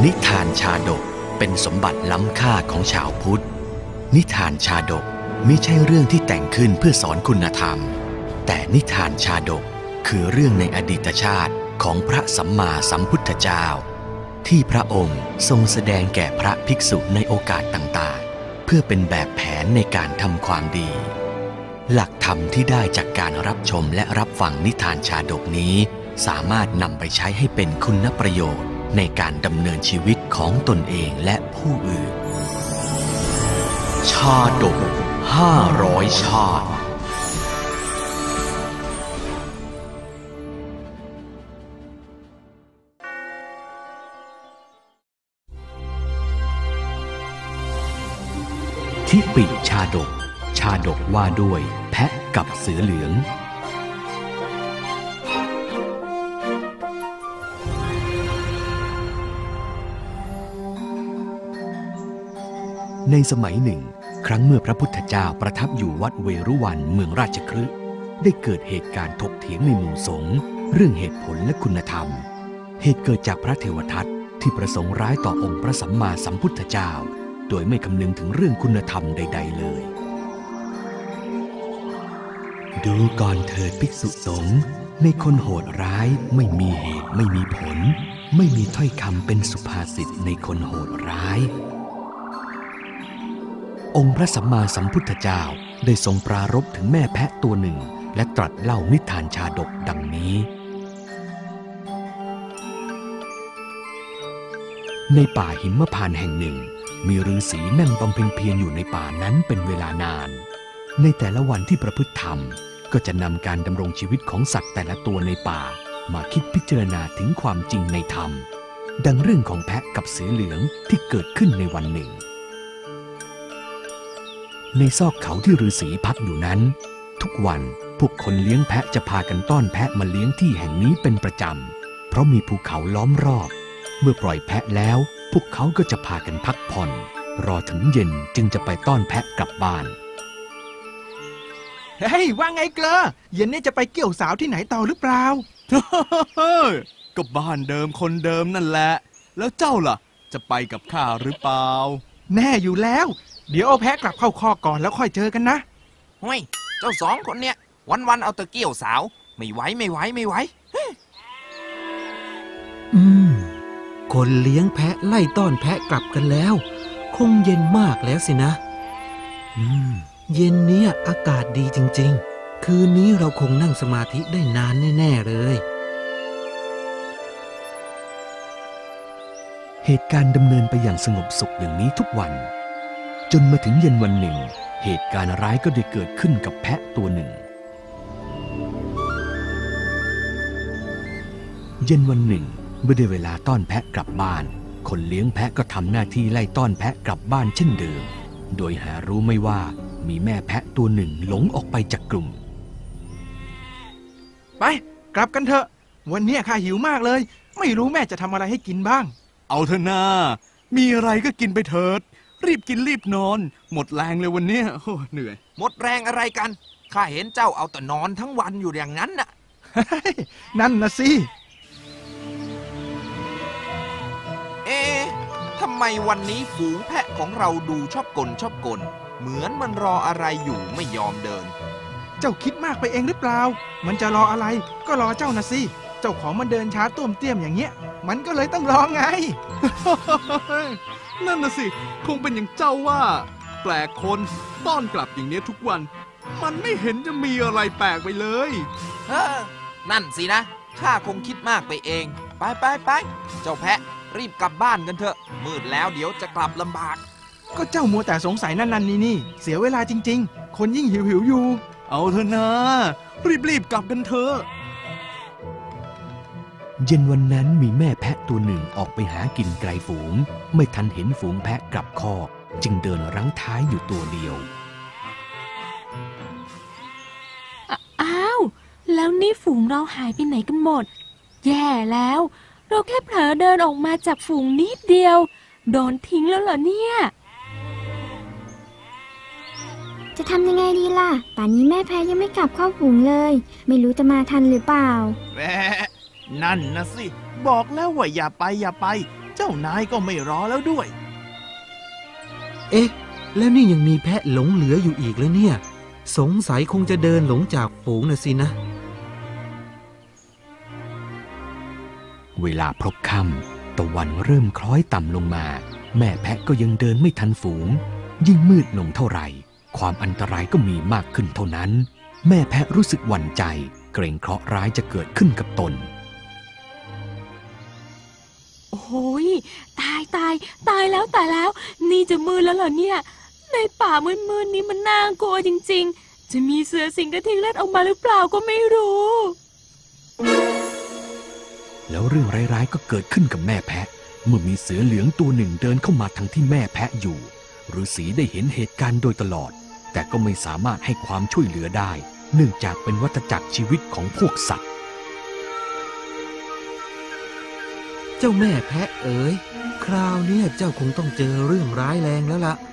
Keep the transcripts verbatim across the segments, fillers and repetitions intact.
นิทานชาดกเป็นสมบัติล้ำค่าของชาวพุทธนิทานชาดกไม่ใช่เรื่องที่แต่งขึ้นเพื่อสอนคุณธรรมแต่นิทานชาดกคือเรื่องในอดีตชาติของพระสัมมาสัมพุทธเจ้าที่พระองค์ทรงแสดงแก่พระภิกษุในโอกาสต่างๆเพื่อเป็นแบบแผนในการทำความดีหลักธรรมที่ได้จากการรับชมและรับฟังนิทานชาดกนี้สามารถนำไปใช้ให้เป็นคุณประโยชน์ในการดำเนินชีวิตของตนเองและผู้อื่นชาดกห้าร้อยชาติทิปิชาดกชาดกว่าด้วยแพะกับเสือเหลืองในสมัยหนึ่งครั้งเมื่อพระพุทธเจ้าประทับอยู่วัดเวรุวันเมืองราชคฤห์ได้เกิดเหตุการณ์ถกเถียงในหมู่สงฆ์เรื่องเหตุผลและคุณธรรมเหตุเกิดจากพระเทวทัตที่ประสงค์ร้ายต่อองค์พระสัมมาสัมพุทธเจ้าโดยไม่คำนึงถึงเรื่องคุณธรรมใดๆเลยดูก่อนเถิดภิกษุสงฆ์ในคนโหดร้ายไม่มีเหตุไม่มีผลไม่มีถ้อยคำเป็นสุภาษิตในคนโหดร้ายองค์พระสัมมาสัมพุทธเจ้าได้ทรงปรารภถึงแม่แพะตัวหนึ่งและตรัสเล่านิทานชาดกดังนี้ในป่าหิมพานต์แห่งหนึ่งมีฤาษีนั่งบำเพ็ญเพียรอยู่ในป่านั้นเป็นเวลานานในแต่ละวันที่ประพฤติธรรมก็จะนำการดำรงชีวิตของสัตว์แต่ละตัวในป่ามาคิดพิจารณาถึงความจริงในธรรมดังเรื่องของแพะกับเสือเหลืองที่เกิดขึ้นในวันหนึ่งในซอกเขาที่ฤาษีพักอยู่นั้นทุกวันพวกคนเลี้ยงแพะจะพากันต้อนแพะมาเลี้ยงที่แห่งนี้เป็นประจำเพราะมีภูเขาล้อมรอบเมื่อปล่อยแพะแล้วพวกเขาก็จะพากันพักผ่อนรอถึงเย็นจึงจะไปต้อนแพะกลับบ้านเฮ้ยว่าไงเกลอเย็นนี้จะไปเกี่ยวสาวที่ไหนต่อหรือเปล่าก็บ้านเดิมคนเดิมนั่นแหละแล้วเจ้าล่ะจะไปกับข้าหรือเปล่าแน่อยู่แล้วเดี๋ยวเอาแพะกลับเข้าคอกก่อนแล้วค่อยเจอกันนะเฮ้ยเจ้าสองคนเนี้ยวันๆเอาแต่เกี่ยวสาวไม่ไหวไม่ไหวไม่ไหวอืมคนเลี้ยงแพะไล่ต้อนแพะกลับกันแล้วคงเย็นมากแล้วสินะอืมเย็นนี้อากาศดีจริงๆคืนนี้เราคงนั่งสมาธิได้นานแน่ๆเลยเหตุการณ์ดำเนินไปอย่างสงบสุขอย่างนี้ทุกวันจนมาถึงเย็นวันหนึ่งเหตุการณ์ร้ายก็ได้เกิดขึ้นกับแพะตัวหนึ่งเย็นวันหนึ่งเมื่อได้เวลาต้อนแพะกลับบ้านคนเลี้ยงแพะก็ทำหน้าที่ไล่ต้อนแพะกลับบ้านเช่นเดิมโดยหารู้ไม่ว่ามีแม่แพะตัวหนึ่งหลงออกไปจากกลุ่มไปกลับกันเถอะวันนี้ข้าหิวมากเลยไม่รู้แม่จะทำอะไรให้กินบ้างเอาเถอะนามีอะไรก็กินไปเถิดรีบกินรีบนอนหมดแรงเลยวันนี้โอ้เหนื่อยหมดแรงอะไรกันข้าเห็นเจ้าเอาแต่นอนทั้งวันอยู่อย่างนั้นน่ะนั่นนะสิเอ๊ะทำไมวันนี้ฝูงแพะของเราดูชอบกลชอบกลเหมือนมันรออะไรอยู่ไม่ยอมเดินเจ้าคิดมากไปเองหรือเปล่ามันจะรออะไรก็รอเจ้านะสิเจ้าของมันเดินช้าต้วมเตี้ยมอย่างเงี้ยมันก็เลยต้องรอไงนั่นน่ะสิคงเป็นอย่างเจ้าว่าแปลกคนต้อนกลับอย่างเนี้ยทุกวันมันไม่เห็นจะมีอะไรแปลกไปเลยเออนั่นสินะข้าคงคิดมากไปเองไปไปไปเจ้าแพะรีบกลับบ้านกันเถอะมืดแล้วเดี๋ยวจะกลับลำบากก็เจ้ามัวแต่สงสัยนั่นนั่นนี่นี่เสียเวลาจริงๆคนยิ่งหิวหิวอยู่เอาเถอะนะรีบรีบกลับกันเถอะเย็นวันนั้นมีแม่แพะตัวหนึ่งออกไปหากินไกลฝูงไม่ทันเห็นฝูงแพะกลับคอกจึงเดินรั้งท้ายอยู่ตัวเดียวอ้าวแล้วนี่ฝูงเราหายไปไหนกันหมดแย่แล้วเราแค่เผลอเดินออกมาจากฝูงนิดเดียวโดนทิ้งแล้วเหรอเนี่ยจะทำยังไงดีล่ะป่านนี้แม่แพะยังไม่กลับเข้าฝูงเลยไม่รู้จะมาทันหรือเปล่าแหมนั่นนะสิบอกแล้วว่าอย่าไปอย่าไปเจ้านายก็ไม่รอแล้วด้วยเอ๊ะ แล้วนี่ยังมีแพะหลงเหลืออยู่อีกแล้วเนี่ย สงสัยคงจะเดินหลงจากฝูงน่ะสินะเวลาพลบค่ำตะวันเริ่มคล้อยต่ำลงมา แม่แพะก็ยังเดินไม่ทันฝูง ยิ่งมืดลงเท่าไหร่ ความอันตรายก็มีมากขึ้นเท่านั้น แม่แพะรู้สึกหวั่นใจ เกรงเคราะห์ร้ายจะเกิดขึ้นกับตนโอ้ยตายตายตายแล้วตายแล้ว นี่จะมืดแล้วเหรอเนี่ย ในป่ามืดๆนี้มันน่ากลัวจริงๆ จะมีเสือสิงกระทิงเลือดออกมาหรือเปล่าก็ไม่รู้แล้วเรื่องร้ายๆก็เกิดขึ้นกับแม่แพะ เมื่อมีเสือเหลืองตัวหนึ่งเดินเข้ามาทางที่แม่แพะอยู่ฤาษีได้เห็นเหตุการณ์โดยตลอด แต่ก็ไม่สามารถให้ความช่วยเหลือได้ เนื่องจากเป็นวัฏจักรชีวิตของพวกสัตว์เจ้าแม่แพะเอ๋ย คราวเนี้ยเจ้าคงต้องเจอเรื่องร้ายแรงแล้วล่ะ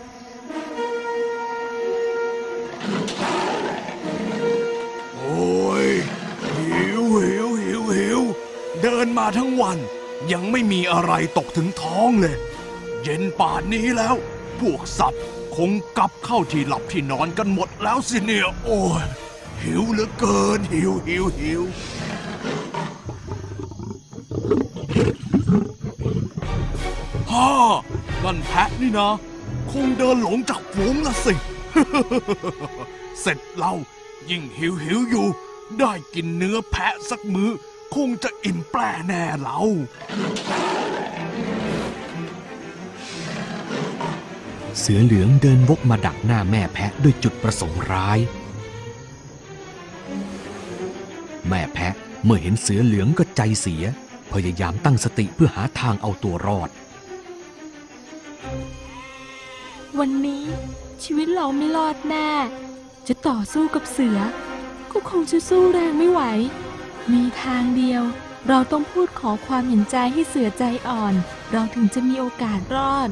โอ้ยหิวหิวหิวหิวเดินมาทั้งวันยังไม่มีอะไรตกถึงท้องเลย เย็นป่านนี้แล้วพวกสัตว์คงกลับเข้าที่หลับที่นอนกันหมดแล้วสิเนี่ยโอ้ยหิวเหลือเกินหิวหิวหิวฮ่านั่นแพะนี่นะคงเดินหลงจากฝูงละสิ เสร็จเรายิ่งหิวหิวอยู่ได้กินเนื้อแพะสักมื้อคงจะอิ่มแปร่แน่เราเสือเหลืองเดินวกมาดักหน้าแม่แพะด้วยจุดประสงค์ร้าย แม่แพะเมื่อเห็นเสือเหลืองก็ใจเสียพยายามตั้งสติเพื่อหาทางเอาตัวรอดวันนี้ชีวิตเราไม่รอดแน่ จะต่อสู้กับเสือก็คงจะสู้แรงไม่ไหว มีทางเดียวเราต้องพูดขอความเห็นใจให้เสือใจอ่อนเราถึงจะมีโอกาสรอด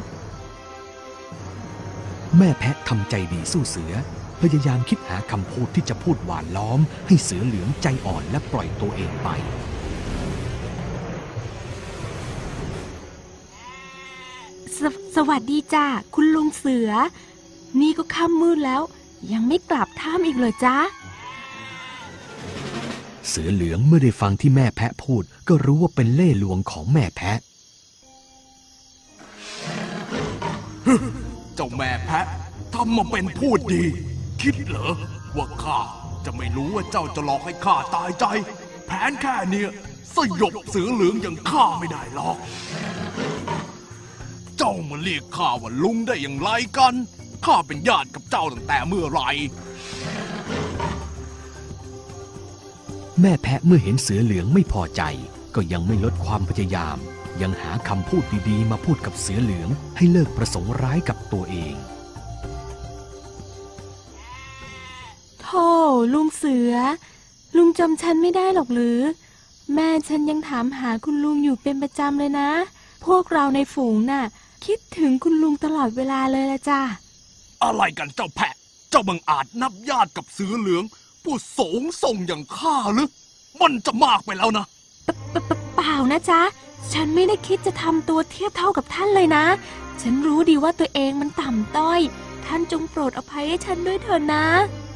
แม่แพะทำใจดีสู้เสือพยายามคิดหาคำพูดที่จะพูดหวานล้อมให้เสือเหลืองใจอ่อนและปล่อยตัวเองไปส, สวัสดีจ้าคุณลุงเสือ นี่ก็ค่ำมืดแล้วยังไม่กลับถ้ำอีกเลยจ้าเสือเหลืองเมื่อได้ฟังที่แม่แพะพูดก็รู้ว่าเป็นเล่ห์ลวงของแม่แพะเจ้าแม่แพะทำมาเป็นพูดดี คิดเหรอว่าข้าจะไม่รู้ว่าเจ้าจะหลอกให้ข้าตายใจ แผนแค่เนี้ยสยบเสือเหลืองอย่างข้าไม่ได้หรอก เจ้ามาเรียกข้าว่าลุงได้อย่างไรกันข้าเป็นญาติกับเจ้าตั้งแต่เมื่อไหร่แม่แพะเมื่อเห็นเสือเหลืองไม่พอใจก็ยังไม่ลดความพยายามยังหาคำพูดดีๆมาพูดกับเสือเหลืองให้เลิกประสงค์ร้ายกับตัวเองโธ่ลุงเสือลุงจำฉันไม่ได้หรอกหรือแม่ฉันยังถามหาคุณลุงอยู่เป็นประจำเลยนะพวกเราในฝูงน่ะคิดถึงคุณลุงตลอดเวลาเลยละจ้ะอะไรกันเจ้าแพะเจ้าบังอาจนับญาติกับเสือเหลืองผู้สูงส่งอย่างข้าหรือมันจะมากไปแล้วนะเปล่านะจ๊ะฉันไม่ได้คิดจะทำตัวเทียบเท่ากับท่านเลยนะฉันรู้ดีว่าตัวเองมันต่ำต้อยท่านจงโปรดอภัยให้ฉันด้วยเถิดนะ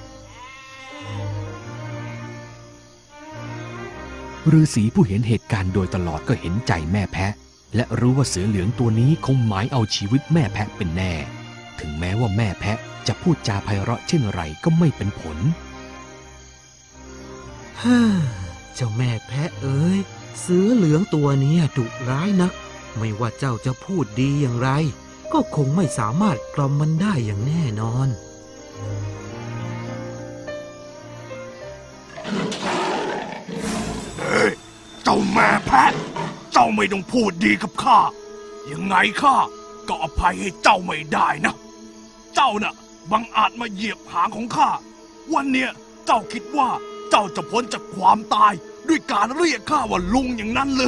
ฤาษีผู้เห็นเหตุการณ์โดยตลอดก็เห็นใจแม่แพะและรู้ว่าเสือเหลืองตัวนี้คงหมายเอาชีวิตแม่แพะเป็นแน่ถึงแม้ว่าแม่แพะจะพูดจาไพเราะเช่นไรก็ไม่เป็นผลฮ่าเจ้าแม่แพะเอ๋ยเสือเหลืองตัวนี้ดุร้ายนักไม่ว่าเจ้าจะพูดดีอย่างไรก็คงไม่สามารถกล่อมมันได้อย่างแน่นอนเฮ้ยเจ้าแม่แพะเจ้าไม่ต้องพูดดีกับข้ายังไงข้าก็อภัยให้เจ้าไม่ได้นะเจ้าน่ะบังอาจมาเหยียบหางของข้าวันเนี้ยเจ้าคิดว่าเจ้าจะพ้นจากความตายด้วยการเรียกข้าว่าลุงอย่างนั้นเลย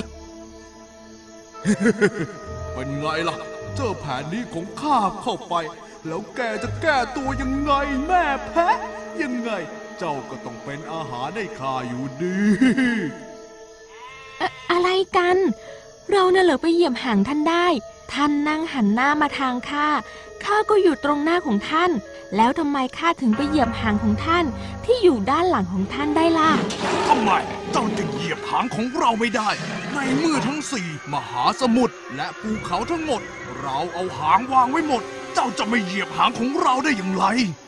เป็นไงล่ะเจอแผนนี้ของข้าเข้าไปแล้วแกจะแก้ตัวยังไงแม่แพะยังไงเจ้าก็ต้องเป็นอาหารให้ข้าอยู่ดีอะอะไรกันเราน่ะเหรอไปเหยียบหางท่านได้ ท่านนั่งหันหน้ามาทางข้าข้าก็อยู่ตรงหน้าของท่านแล้วทำไมข้าถึงไปเหยียบหางของท่านที่อยู่ด้านหลังของท่านได้ล่ะทำไมเจ้าจะเหยียบหางของเราไม่ได้ในเมื่อทั้งสี่มหาสมุทรและภูเขาทั้งหมดเราเอาหางวางไว้หมดเจ้าจะไม่เหยียบหางของเราได้อย่างไร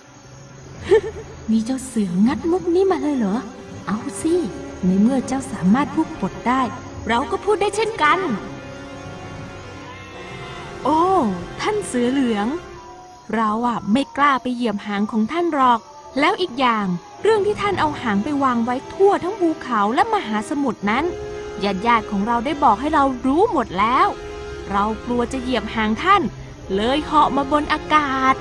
มีเจ้าเสืองัดมุกนี้มาเลยเหรอเอาสิในเมื่อเจ้าสามารถพูดบทได้เราก็พูดได้เช่นกันโอ้ท่านเสือเหลืองเราอะไม่กล้าไปเหยียบหางของท่านหรอกแล้วอีกอย่างเรื่องที่ท่านเอาหางไปวางไว้ทั่วทั้งภูเขาและมหาสมุทรนั้นญาติญาติของเราได้บอกให้เรารู้หมดแล้วเรากลัวจะเหยียบหางท่านเลยเหาะมาบนอากาศ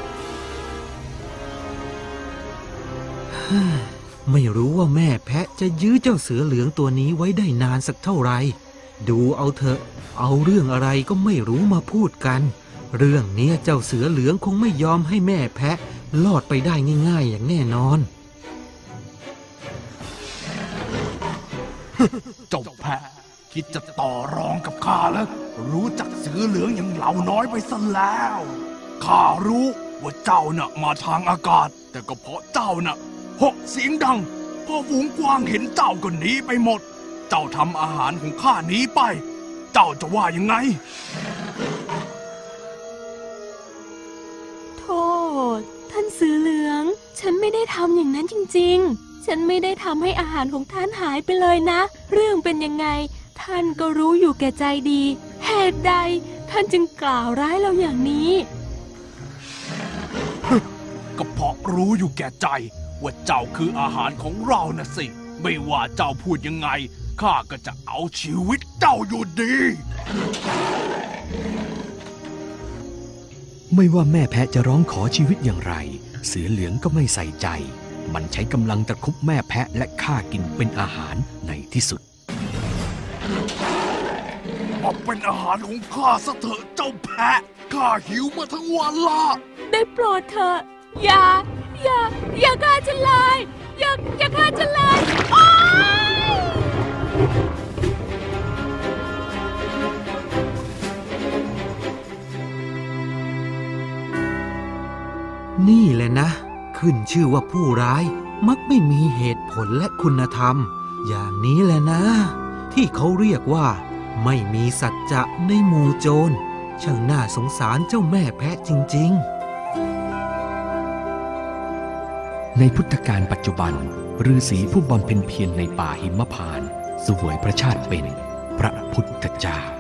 ไม่รู้ว่าแม่แพะจะยื้อเจ้าเสือเหลืองตัวนี้ไว้ได้นานสักเท่าไหร่ดูเอาเถอะเอาเรื่องอะไรก็ไม่รู้มาพูดกันเรื่องนี้เจ้าเสือเหลืองคงไม่ยอมให้แม่แพะรอดไปได้ง่ายๆอย่างแน่นอนเจ้าแพะคิดจะต่อรองกับข้าแล้วรู้จักเสือเหลืองอย่างเหล่าน้อยไปซะแล้วข้ารู้ว่าเจ้าน่ะมาทางอากาศแต่ก็เพราะเจ้าน่ะหกเสียงดังพอฝูงกวางเห็นเจ้าก็หนีไปหมดเจ้าทำอาหารของข้าหนีไปเจ้าจะว่ายังไงโทษท่านเสือเหลืองฉันไม่ได้ทำอย่างนั้นจริงๆฉันไม่ได้ทำให้อาหารของท่านหายไปเลยนะเรื่องเป็นยังไงท่านก็รู้อยู่แก่ใจดีเหตุใดท่านจึงกล่าวร้ายเราอย่างนี้ก็เพราะรู้อยู่แก่ใจว่าเจ้าคืออาหารของเรานะสิไม่ว่าเจ้าพูดยังไงข้าก็จะเอาชีวิตเจ้าอยู่ดีไม่ว่าแม่แพะจะร้องขอชีวิตอย่างไรเสือเหลืองก็ไม่ใส่ใจมันใช้กำลังตะคุบแม่แพะและฆ่ากินเป็นอาหารในที่สุดมาเป็นอาหารของข้าซะเถอะเจ้าแพะข้าหิวมาทั้งวันละได้โปรดเถอะอย่าอย่าอย่าฆ่าฉันเลยอย่าอย่าฆ่าฉันเลยโอ๊ยนี่แหละนะขึ้นชื่อว่าผู้ร้ายมักไม่มีเหตุผลและคุณธรรมอย่างนี้แหละนะที่เขาเรียกว่าไม่มีสัจจะในหมู่โจรช่างน่าสงสารเจ้าแม่แพะจริงๆในพุทธกาลปัจจุบันฤาษีผู้บำเพ็ญเพียรในป่าหิมพานต์เสวยพระชาติเป็นพระพุทธเจ้า